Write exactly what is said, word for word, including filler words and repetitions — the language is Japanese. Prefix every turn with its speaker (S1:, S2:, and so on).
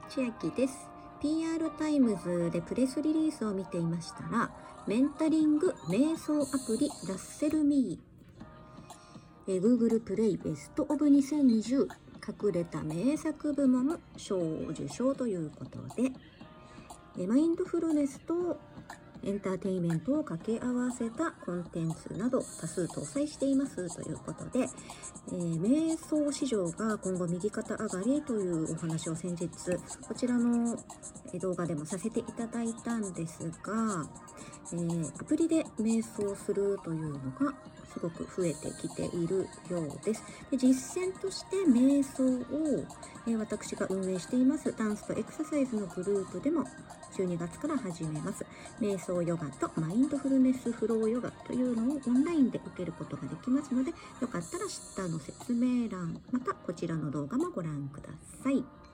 S1: 千秋です。 ピーアール タイムズでプレスリリースを見ていましたら、メンタリング瞑想アプリラッセルミー、え Google プレイベストオブにせんにじゅう隠れた名作部門賞を受賞ということで、えマインドフルネスとエンターテインメントを掛け合わせたコンテンツなど多数搭載していますということで、えー、瞑想市場が今後右肩上がりというお話を先日こちらの動画でもさせていただいたんですが、えー、アプリで瞑想するというのがすごく増えてきているようです。で、実践として瞑想を、えー、私が運営していますダンスとエクササイズのグループでもじゅうにがつから始めます。瞑想ヨガとマインドフルネスフローヨガというのをオンラインで受けることができますので、よかったら下の説明欄またこちらの動画もご覧ください。